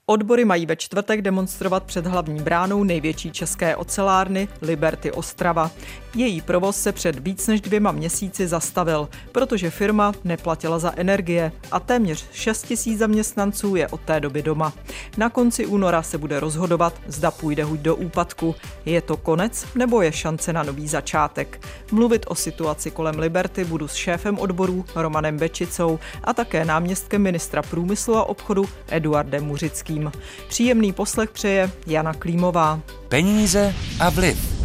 Odbory mají ve čtvrtek demonstrovat před hlavní bránou největší české ocelárny Liberty Ostrava. Její provoz se před víc než 2 měsíci zastavil, protože firma neplatila za energie a téměř 6 000 zaměstnanců je od té doby doma. Na konci února se bude rozhodovat, zda půjde huť do úpadku. Je to konec nebo je šance na nový začátek? Mluvit o situaci kolem Liberty budu s šéfem odborů Romanem Bečicou a také náměstkem ministra průmyslu a obchodu Eduardem Muřickým. Příjemný poslech přeje Jana Klímová. Peníze a vliv.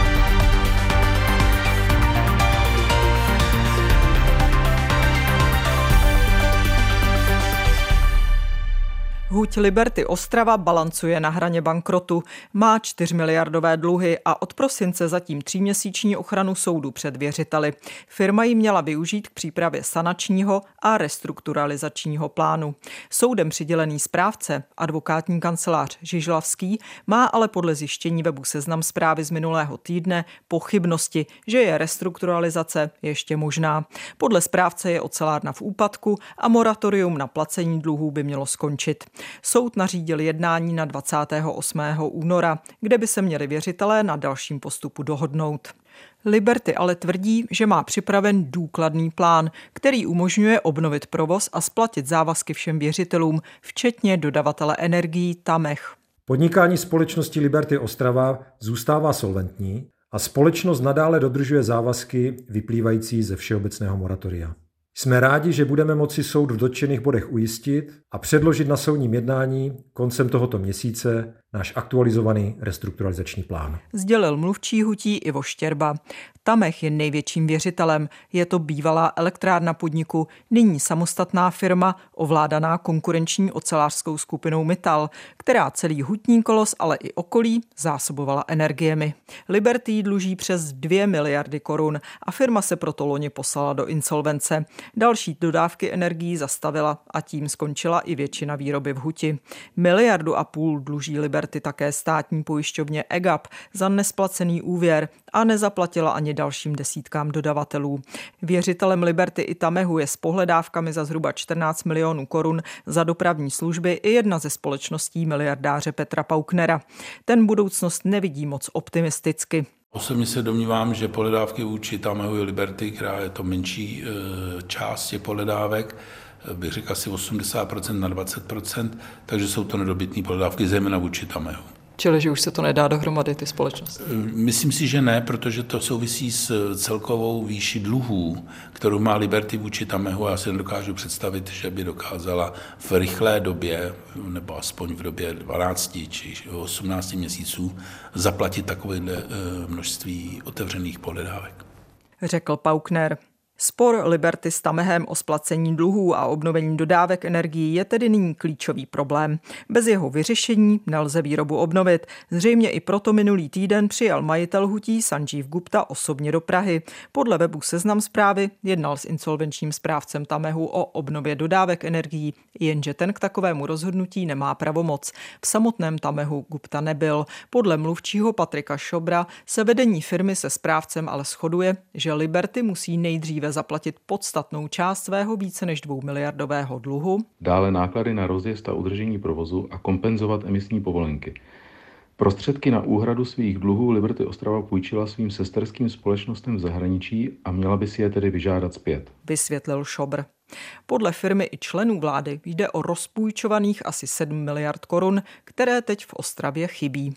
Huť Liberty Ostrava balancuje na hraně bankrotu, má 4miliardové dluhy a od prosince zatím 3měsíční ochranu soudu před věřiteli. Firma ji měla využít k přípravě sanačního a restrukturalizačního plánu. Soudem přidělený správce, advokátní kancelář Žižlavský, má ale podle zjištění webu Seznam Zprávy z minulého týdne pochybnosti, že je restrukturalizace ještě možná. Podle správce je ocelárna v úpadku a moratorium na placení dluhů by mělo skončit. Soud nařídil jednání na 28. února, kde by se měli věřitelé na dalším postupu dohodnout. Liberty ale tvrdí, že má připraven důkladný plán, který umožňuje obnovit provoz a splatit závazky všem věřitelům, včetně dodavatele energií Tamech. Podnikání společnosti Liberty Ostrava zůstává solventní a společnost nadále dodržuje závazky vyplývající ze všeobecného moratoria. Jsme rádi, že budeme moci soud v dotčených bodech ujistit a předložit na soudním jednání koncem tohoto měsíce náš aktualizovaný restrukturalizační plán. Sdělil mluvčí hutí Ivo Štěrba. Tamech je největším věřitelem. Je to bývalá elektrárna podniku, nyní samostatná firma ovládaná konkurenční ocelářskou skupinou Mittal, která celý hutní kolos, ale i okolí zásobovala energiemi. Liberty dluží přes 2 miliardy korun a firma se proto loni poslala do insolvence. Další dodávky energií zastavila a tím skončila i většina výroby v huti. 1,5 miliardy dluží Liberty také státní pojišťovně EGAP za nesplacený úvěr a nezaplatila ani dalším desítkám dodavatelů. Věřitelem Liberty i Tamehu je s pohledávkami za zhruba 14 milionů korun za dopravní služby i jedna ze společností miliardáře Petra Pauknera. Ten budoucnost nevidí moc optimisticky. Osobně se domnívám, že pohledávky vůči Tamehu i Liberty, která je to menší část těch pohledávek, bych řekl asi 80% na 20%, takže jsou to nedobytné pohledávky, zejména vůči Tamehu. Čili, že už se to nedá dohromady, ty společnosti? Myslím si, že ne, protože to souvisí s celkovou výší dluhů, kterou má Liberty vůči Tamehu a já si nedokážu představit, že by dokázala v rychlé době, nebo aspoň v době 12 či 18 měsíců, zaplatit takovéhle množství otevřených pohledávek. Řekl Paukner. Spor Liberty s Tamehem o splacení dluhů a obnovení dodávek energií je tedy nyní klíčový problém. Bez jeho vyřešení nelze výrobu obnovit. Zřejmě i proto minulý týden přijal majitel hutí Sanjeev Gupta osobně do Prahy. Podle webu Seznam Zprávy jednal s insolvenčním správcem Tamehu o obnově dodávek energií, jenže ten k takovému rozhodnutí nemá pravomoc. V samotném Tamehu Gupta nebyl. Podle mluvčího Patrika Šobra se vedení firmy se správcem ale shoduje, že Liberty musí nejdříve zaplatit podstatnou část svého více než 2 miliardového dluhu. Dále náklady na rozjezd a udržení provozu a kompenzovat emisní povolenky. Prostředky na úhradu svých dluhů Liberty Ostrava půjčila svým sesterským společnostem v zahraničí a měla by si je tedy vyžádat zpět, vysvětlil Šobr. Podle firmy i členů vlády jde o rozpůjčovaných asi 7 miliard korun, které teď v Ostravě chybí.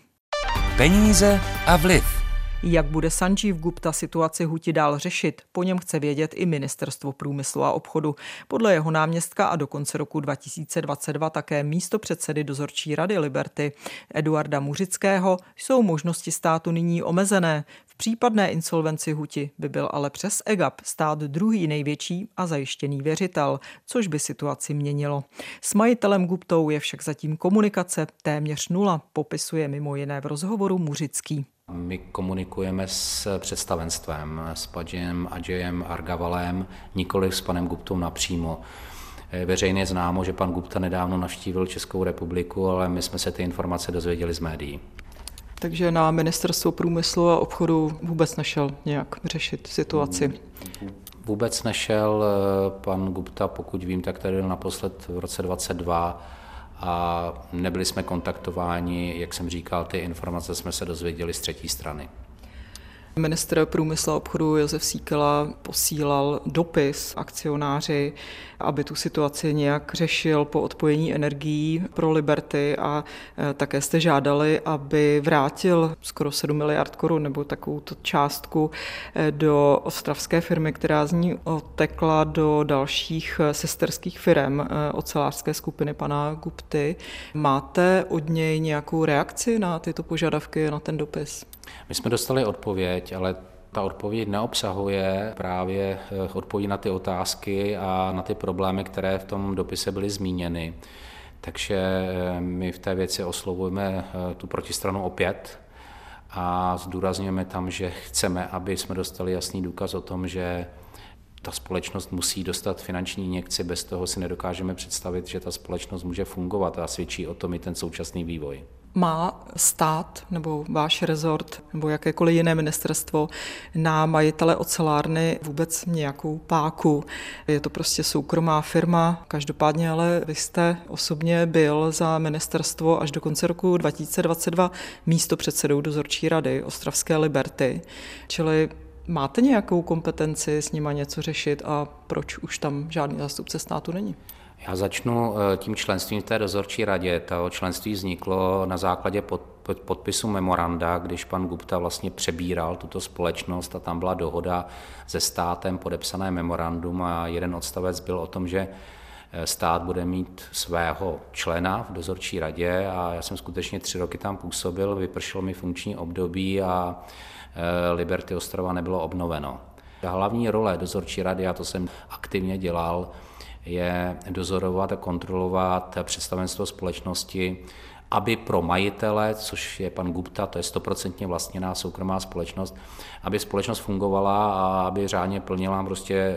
Peníze a vliv. Jak bude Sanjeev Gupta situaci huti dál řešit, po něm chce vědět i Ministerstvo průmyslu a obchodu. Podle jeho náměstka a do konce roku 2022 také místopředsedy dozorčí rady Liberty Eduarda Muřického jsou možnosti státu nyní omezené. V případné insolvenci huti by byl ale přes EGAP stát druhý největší a zajištěný věřitel, což by situaci měnilo. S majitelem Guptou je však zatím komunikace téměř nula, popisuje mimo jiné v rozhovoru Muřický. My komunikujeme s představenstvem, s Padžem, Adžejem, Argavalem, nikoliv s panem Guptou napřímo. Veřejně známo, že pan Gupta nedávno navštívil Českou republiku, ale my jsme se ty informace dozvěděli z médií. Takže na Ministerstvo průmyslu a obchodu vůbec nešel nějak řešit situaci? Vůbec nešel. Pan Gupta, pokud vím, tak tady byl naposled v roce 2022 a nebyli jsme kontaktováni, jak jsem říkal, ty informace jsme se dozvěděli z třetí strany. Ministr průmyslu a obchodu Josef Síkela posílal dopis akcionáři, aby tu situaci nějak řešil po odpojení energií pro Liberty a také jste žádali, aby vrátil skoro 7 miliard korun nebo takovou částku do ostravské firmy, která z ní odtekla do dalších sesterských firem ocelářské skupiny pana Gupty. Máte od něj nějakou reakci na tyto požadavky, na ten dopis? My jsme dostali odpověď, ale ta odpověď neobsahuje právě odpověď na ty otázky a na ty problémy, které v tom dopise byly zmíněny. Takže my v té věci oslovujeme tu protistranu opět a zdůrazňujeme tam, že chceme, aby jsme dostali jasný důkaz o tom, že ta společnost musí dostat finanční injekci, bez toho si nedokážeme představit, že ta společnost může fungovat a svědčí o tom i ten současný vývoj. Má stát nebo váš rezort nebo jakékoliv jiné ministerstvo na majitele ocelárny vůbec nějakou páku? Je to prostě soukromá firma, každopádně ale vy jste osobně byl za ministerstvo až do konce roku 2022 místopředsedou dozorčí rady Ostravské Liberty, čili máte nějakou kompetenci s nima něco řešit a proč už tam žádný zástupce státu není? Já začnu tím členstvím v té dozorčí radě. To členství vzniklo na základě podpisu memoranda, když pan Gupta vlastně přebíral tuto společnost a tam byla dohoda se státem, podepsané memorandum a jeden odstavec byl o tom, že stát bude mít svého člena v dozorčí radě a já jsem skutečně 3 roky tam působil, vypršelo mi funkční období a Liberty Ostrava nebylo obnoveno. Hlavní role dozorčí rady, a to jsem aktivně dělal, je dozorovat a kontrolovat představenstvo společnosti, aby pro majitele, což je pan Gupta, to je 100% vlastněná soukromá společnost, aby společnost fungovala a aby řádně plnila prostě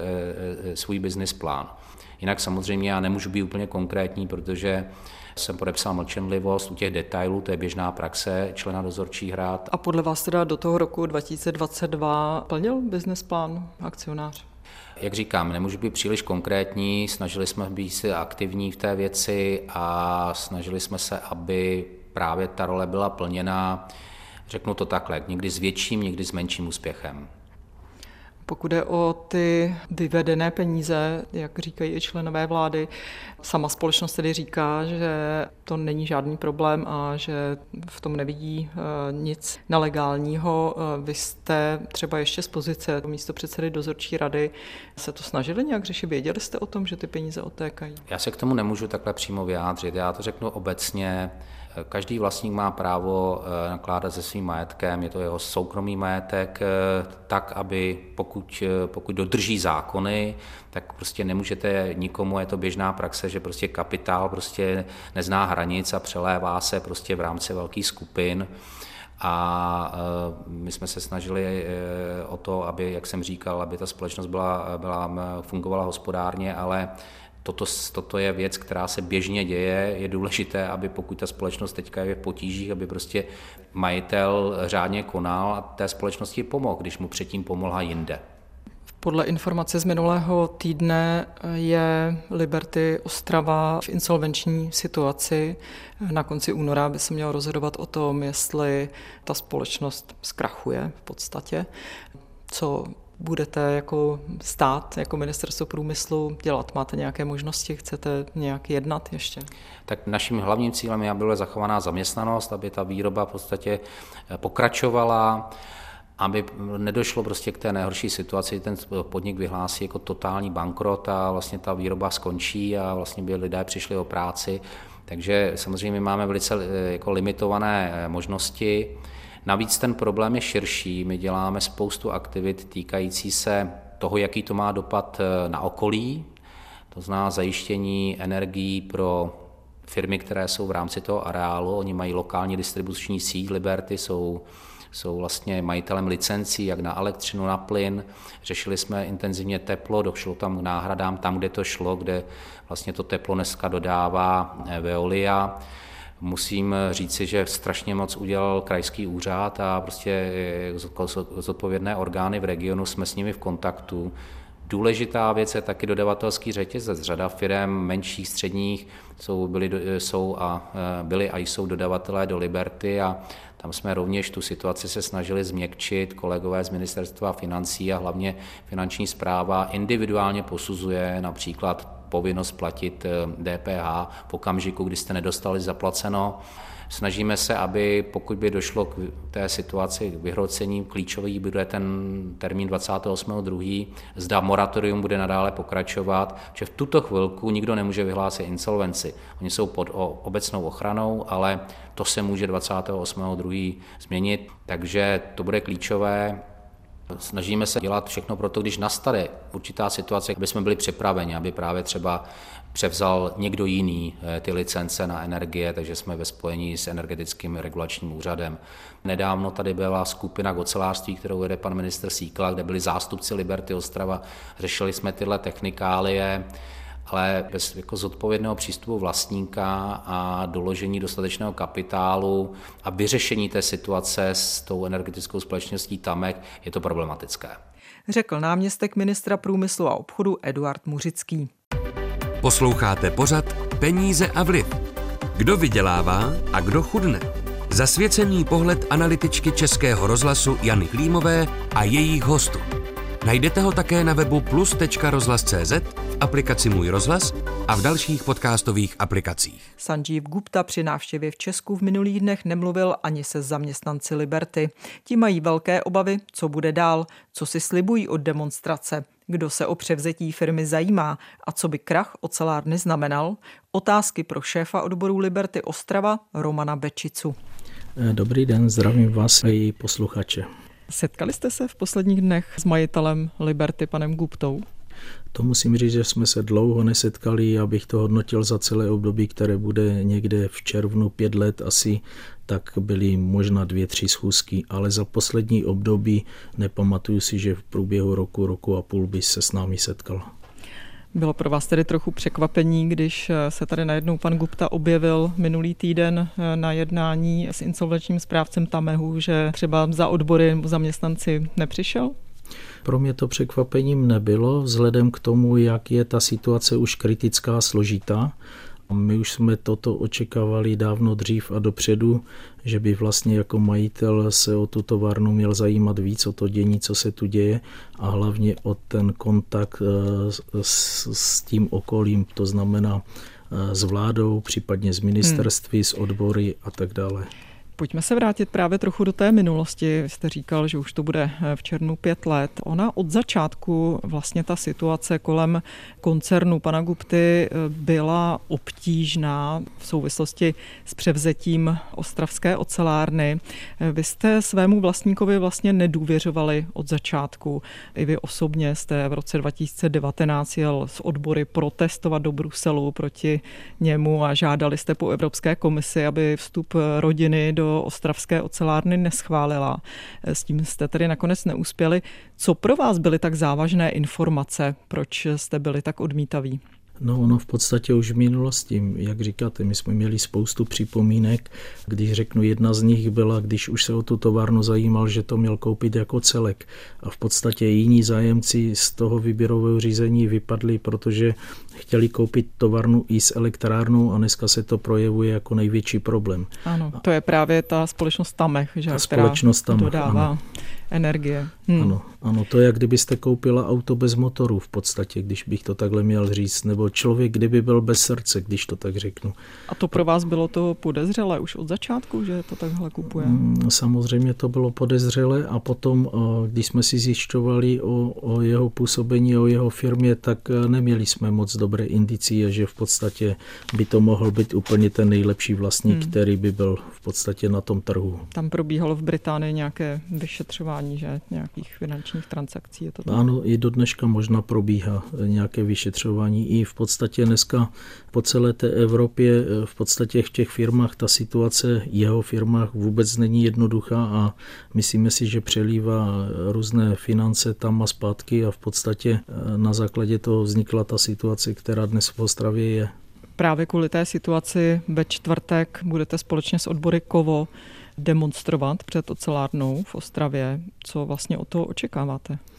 svůj business plán. Jinak samozřejmě já nemůžu být úplně konkrétní, protože jsem podepsal mlčenlivost u těch detailů, to je běžná praxe člena dozorčích rad. A podle vás teda do toho roku 2022 plnil business plán akcionář? Jak říkám, nemůžu být příliš konkrétní, snažili jsme být aktivní v té věci a snažili jsme se, aby právě ta role byla plněna, řeknu to takhle, někdy s větším, někdy s menším úspěchem. Pokud jde o ty vyvedené peníze, jak říkají i členové vlády, sama společnost tedy říká, že to není žádný problém a že v tom nevidí nic nelegálního. Vy jste třeba ještě z pozice místopředsedy dozorčí rady se to snažili nějak řešit? Věděli jste o tom, že ty peníze odtékají? Já se k tomu nemůžu takhle přímo vyjádřit. Já to řeknu obecně. Každý vlastník má právo nakládat se svým majetkem, je to jeho soukromý majetek, tak, aby pokud dodrží zákony, tak prostě nemůžete nikomu, je to běžná praxe, že prostě kapitál prostě nezná hranic a přelévá se prostě v rámci velkých skupin. A my jsme se snažili o to, aby, jak jsem říkal, aby ta společnost fungovala hospodárně, ale toto je věc, která se běžně děje. Je důležité, aby pokud ta společnost teďka je v potížích, aby prostě majitel řádně konal a té společnosti pomohl, když mu předtím pomohla jinde. Podle informace z minulého týdne je Liberty Ostrava v insolvenční situaci. Na konci února by se mělo rozhodovat o tom, jestli ta společnost zkrachuje v podstatě. Co budete jako stát, jako ministerstvo průmyslu dělat? Máte nějaké možnosti? Chcete nějak jednat ještě? Tak naším hlavním cílem je, aby byla zachovaná zaměstnanost, aby ta výroba v podstatě pokračovala, aby nedošlo prostě k té nejhorší situaci, ten podnik vyhlásí jako totální bankrot a vlastně ta výroba skončí a vlastně by lidé přišli o práci. Takže samozřejmě máme velice jako limitované možnosti. Navíc ten problém je širší. My děláme spoustu aktivit týkající se toho, jaký to má dopad na okolí. To znamená zajištění energií pro firmy, které jsou v rámci toho areálu. Oni mají lokální distribuční síť Liberty, jsou vlastně majitelem licencí, jak na elektřinu, na plyn. Řešili jsme intenzivně teplo, došlo tam k náhradám tam, kde to šlo, kde vlastně to teplo dneska dodává Veolia. Musím říci, že strašně moc udělal krajský úřad a prostě zodpovědné orgány v regionu, jsme s nimi v kontaktu. Důležitá věc je taky dodavatelský řetězec. Řada firem menších, středních byly a jsou dodavatelé do Liberty a tam jsme rovněž tu situaci se snažili změkčit. Kolegové z Ministerstva financí a hlavně finanční správa individuálně posuzuje například povinnost platit DPH v okamžiku, kdy jste nedostali zaplaceno. Snažíme se, aby pokud by došlo k té situaci k vyhrocení, klíčový bude ten termín 28.2., zda moratorium bude nadále pokračovat, že v tuto chvilku nikdo nemůže vyhlásit insolvenci. Oni jsou pod obecnou ochranou, ale to se může 28.2. změnit, takže to bude klíčové. Snažíme se dělat všechno pro to, když nastane určitá situace, aby jsme byli připraveni, aby právě třeba převzal někdo jiný ty licence na energie, takže jsme ve spojení s Energetickým regulačním úřadem. Nedávno tady byla skupina k ocelářství, kterou vede pan ministr Síkela, kde byli zástupci Liberty Ostrava, řešili jsme tyhle technikálie, ale bez zodpovědného přístupu vlastníka a doložení dostatečného kapitálu a vyřešení té situace s tou energetickou společností Tamek je to problematické. Řekl náměstek ministra průmyslu a obchodu Eduard Muřický. Posloucháte pořad Peníze a vliv. Kdo vydělává a kdo chudne? Zasvěcený pohled analytičky Českého rozhlasu Jany Klímové a jejich hostů. Najdete ho také na webu plus.rozhlas.cz, v aplikaci Můj rozhlas a v dalších podcastových aplikacích. Sanjeev Gupta při návštěvě v Česku v minulých dnech nemluvil ani se zaměstnanci Liberty. Ti mají velké obavy, co bude dál, co si slibují od demonstrace, kdo se o převzetí firmy zajímá a co by krach ocelárny znamenal. Otázky pro šéfa odboru Liberty Ostrava Romana Bečicu. Dobrý den, zdravím vás a její posluchače. Setkali jste se v posledních dnech s majitelem Liberty, panem Guptou? To musím říct, že jsme se dlouho nesetkali, abych to hodnotil za celé období, které bude někde v červnu 5 let asi, tak byly možná 2-3 schůzky, ale za poslední období nepamatuju si, že v průběhu roku a půl by se s námi setkal. Bylo pro vás tedy trochu překvapení, když se tady najednou pan Gupta objevil minulý týden na jednání s insolvenčním správcem Tamehu, že třeba za odbory zaměstnanci nepřišel? Pro mě to překvapením nebylo, vzhledem k tomu, jak je ta situace už kritická a složitá. My už jsme toto očekávali dávno dřív a dopředu, že by vlastně jako majitel se o tu továrnu měl zajímat víc o to dění, co se tu děje a hlavně o ten kontakt s tím okolím, to znamená s vládou, případně s ministerství, s odbory a tak dále. Pojďme se vrátit právě trochu do té minulosti. Vy jste říkal, že už to bude v červnu 5 let. Ona od začátku vlastně ta situace kolem koncernu pana Gupty byla obtížná v souvislosti s převzetím ostravské ocelárny. Vy jste svému vlastníkovi vlastně nedůvěřovali od začátku. I vy osobně jste v roce 2019 jel s odbory protestovat do Bruselu proti němu a žádali jste po Evropské komisi, aby vstup rodiny do ostravské ocelárny neschválila. S tím jste tedy nakonec neuspěli. Co pro vás byly tak závažné informace? Proč jste byli tak odmítaví? No ono v podstatě už v minulosti, jak říkáte, my jsme měli spoustu připomínek. Když řeknu, jedna z nich byla, když už se o tu továrnu zajímal, že to měl koupit jako celek. A v podstatě jiní zájemci z toho výběrového řízení vypadli, protože chtěli koupit továrnu i s elektrárnou a dneska se to projevuje jako největší problém. Ano, to je právě ta společnost Tamech, že, která dodává ano. energie. Ano, to je, jak kdybyste koupila auto bez motoru v podstatě, když bych to takhle měl říct, nebo člověk, kdyby byl bez srdce, když to tak řeknu. A to pro vás bylo to podezřelé už od začátku, že to takhle kupuje? Samozřejmě to bylo podezřelé a potom, když jsme si zjišťovali o jeho působení, o jeho firmě, tak neměli jsme moc dobré indicie, že v podstatě by to mohl být úplně ten nejlepší vlastník, který by byl v podstatě na tom trhu. Tam probíhalo v Británii nějaké vyšetřování, že nějakých finančních transakcí. Je to tak? Ano, i do dneška možná probíhá nějaké vyšetřování. I v podstatě dneska po celé té Evropě, v podstatě v těch firmách, ta situace jeho firmách vůbec není jednoduchá a myslíme si, že přelívá různé finance tam a zpátky a v podstatě na základě toho vznikla ta situace, která dnes v Ostravě je. Právě kvůli té situaci ve čtvrtek budete společně s odbory KOVO demonstrovat před ocelárnou v Ostravě. Co vlastně od toho očekáváte?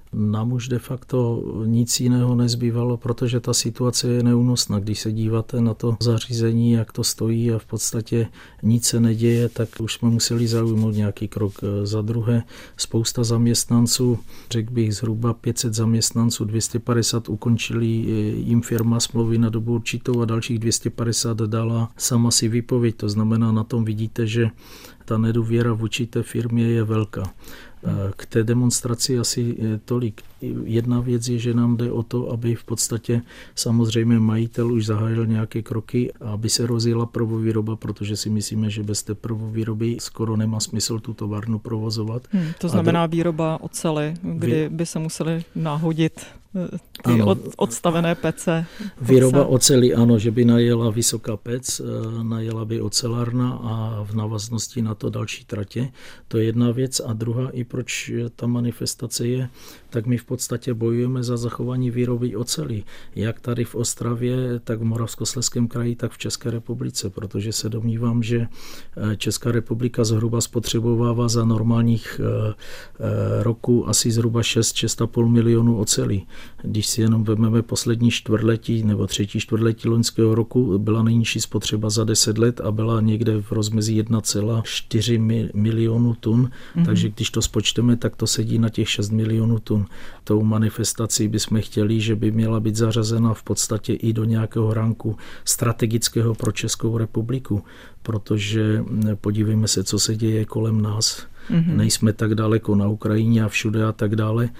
Nám už de facto nic jiného nezbývalo, protože ta situace je neúnosná. Když se díváte na to zařízení, jak to stojí a v podstatě nic se neděje, tak už jsme museli zaujmout nějaký krok. Za druhé, spousta zaměstnanců, řekl bych zhruba 500 zaměstnanců, 250 ukončili jim firma smlouvy na dobu určitou a dalších 250 dala sama si výpověď. To znamená, na tom vidíte, že ta nedůvěra vůči té firmě je velká. K té demonstraci asi tolik. Jedna věc je, že nám jde o to, aby v podstatě samozřejmě majitel už zahájil nějaké kroky, aby se rozjela prvovýroba, protože si myslíme, že bez té prvovýroby skoro nemá smysl tu továrnu provozovat. To znamená výroba oceli, kdy by se museli nahodit ty odstavené pece. Výroba oceli, ano, že by najela vysoká pec, najela by ocelárna a v návaznosti na to další tratě. To je jedna věc. A druhá, i proč ta manifestace je, tak my v podstatě bojujeme za zachování výroby oceli. Jak tady v Ostravě, tak v Moravskoslezském kraji, tak v České republice, protože se domnívám, že Česká republika zhruba spotřebovává za normálních roků asi zhruba 6,5 milionů oceli. Když si jenom vezmeme poslední čtvrtletí nebo třetí čtvrtletí loňského roku, byla nejnižší spotřeba za 10 let a byla někde v rozmezí 1,4 milionu tun, takže když to spočteme, tak to sedí na těch 6 milionů tun. Tou manifestací bychom chtěli, že by měla být zařazena v podstatě i do nějakého ranku strategického pro Českou republiku, protože podívejme se, co se děje kolem nás. Nejsme tak daleko na Ukrajině a všude a tak dále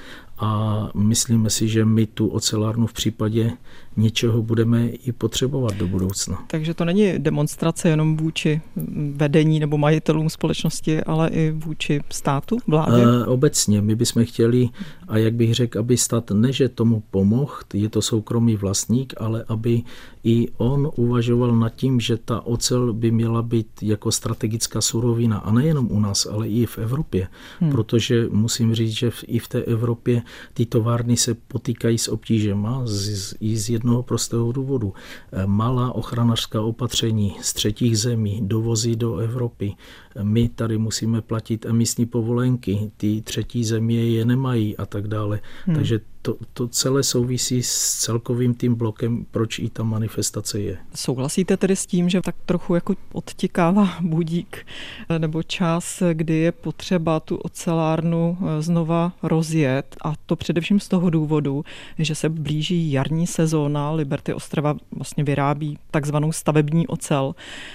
a myslíme si, že my tu ocelárnu v případě něčeho budeme i potřebovat do budoucna. Takže to není demonstrace jenom vůči vedení nebo majitelům společnosti, ale i vůči státu, vládě? Obecně. My bychom chtěli, a jak bych řekl, aby stát ne, že tomu pomohl, je to soukromý vlastník, ale aby i on uvažoval nad tím, že ta ocel by měla být jako strategická surovina. A nejenom u nás, ale i v Evropě. Protože musím říct, že i v té Evropě ty továrny se potýkají s obtížema i z jednoho prostého důvodu. Malá ochranářská opatření z třetích zemí, dovozy do Evropy. My tady musíme platit emisní povolenky, ty třetí země je nemají a tak dále. Takže to celé souvisí s celkovým tím blokem, proč i ta manifestace je. Souhlasíte tedy s tím, že tak trochu jako odtikává budík nebo čas, kdy je potřeba tu ocelárnu znova rozjet, a to především z toho důvodu, že se blíží jarní sezóna. Liberty Ostrava vlastně vyrábí takzvanou stavební ocel.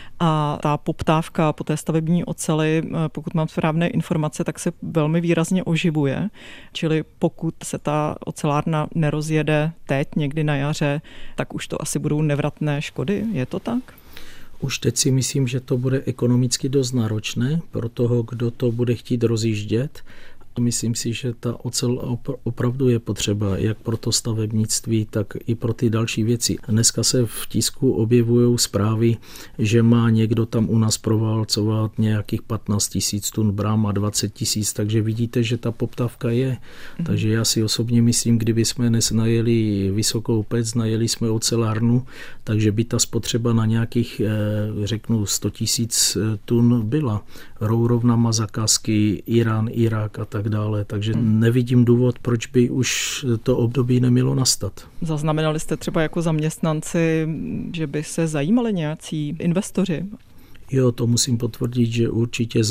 A ta poptávka po té stavební oceli, pokud mám správné informace, tak se velmi výrazně oživuje. Čili pokud se ta ocelárna nerozjede teď, někdy na jaře, tak už to asi budou nevratné škody. Je to tak? Už teď si myslím, že to bude ekonomicky dost náročné pro toho, kdo to bude chtít rozjíždět. A myslím si, že ta ocel opravdu je potřeba, jak pro to stavebnictví, tak i pro ty další věci. Dneska se v tisku objevují zprávy, že má někdo tam u nás proválcovat nějakých 15 000 tun brám a 20 000, takže vidíte, že ta poptávka je. Takže já si osobně myslím, kdyby jsme dnes najeli vysokou pec, najeli jsme ocelárnu, takže by ta spotřeba na nějakých, řeknu, 100 000 tun byla. Rourovna má zakázky, Irán, Irák a tak dále, takže nevidím důvod, proč by už to období nemělo nastat. Zaznamenali jste třeba jako zaměstnanci, že by se zajímali nějací investoři? Jo, to musím potvrdit, že určitě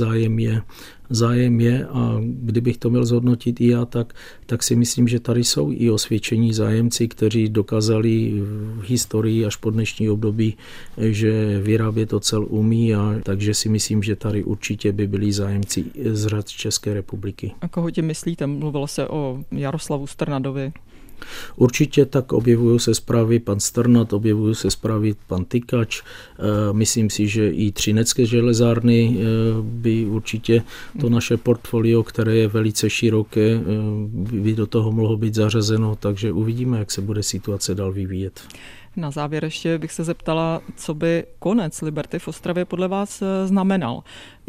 zájem je a kdybych to měl zhodnotit i já, tak si myslím, že tady jsou i osvědčení zájemci, kteří dokázali v historii až po dnešní období, že vyrábět ocel umí, a takže si myslím, že tady určitě by byli zájemci z řad České republiky. A koho tím myslíte? Mluvilo se o Jaroslavu Strnadovi. Určitě tak objevují se zprávy pan Strnad, objevují se zprávy pan Tykač. Myslím si, že i Třinecké železárny by určitě to naše portfolio, které je velice široké, by do toho mohlo být zařazeno, takže uvidíme, jak se bude situace dál vyvíjet. Na závěr ještě bych se zeptala, co by konec Liberty v Ostravě podle vás znamenal.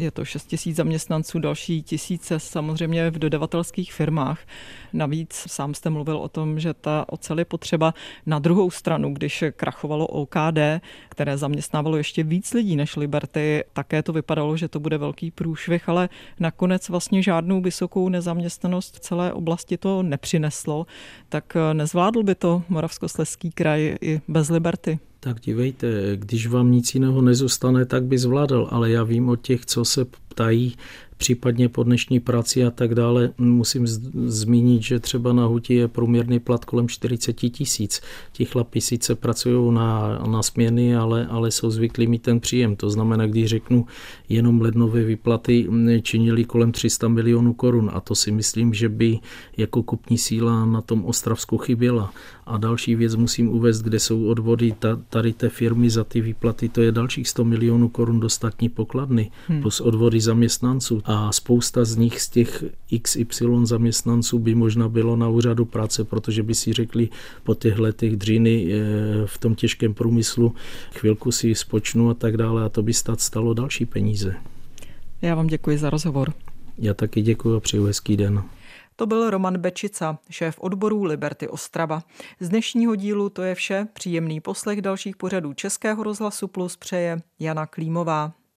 Je to 6 000 zaměstnanců, další tisíce samozřejmě v dodavatelských firmách. Navíc sám jste mluvil o tom, že ta ocel je potřeba. Na druhou stranu, když krachovalo OKD, které zaměstnávalo ještě víc lidí než Liberty, také to vypadalo, že to bude velký průšvih, ale nakonec vlastně žádnou vysokou nezaměstnanost v celé oblasti to nepřineslo. Tak nezvládl by to Moravskoslezský kraj i bez Liberty? Tak dívejte, když vám nic jiného nezůstane, tak by zvládl, ale já vím o těch, co se ptají, případně po dnešní práci a tak dále. Musím zmínit, že třeba na huti je průměrný plat kolem 40 000. Ti chlapi sice pracují na směny, ale jsou zvyklí mít ten příjem. To znamená, když řeknu, jenom lednové výplaty činily kolem 300 milionů korun a to si myslím, že by jako kupní síla na tom Ostravsku chyběla. A další věc musím uvést, kde jsou odvody tady té firmy za ty výplaty, to je dalších 100 milionů korun do státní pokladny, plus odvody zaměstnanců. A spousta z nich, z těch XY zaměstnanců by možná bylo na úřadu práce, protože by si řekli po těch letech dříny v tom těžkém průmyslu, chvilku si spočnu a tak dále a to by stát stalo další peníze. Já vám děkuji za rozhovor. Já taky děkuji a přeju hezký den. To byl Roman Bečica, šéf odborů Liberty Ostrava. Z dnešního dílu to je vše. Příjemný poslech dalších pořadů Českého rozhlasu Plus přeje Jana Klímová.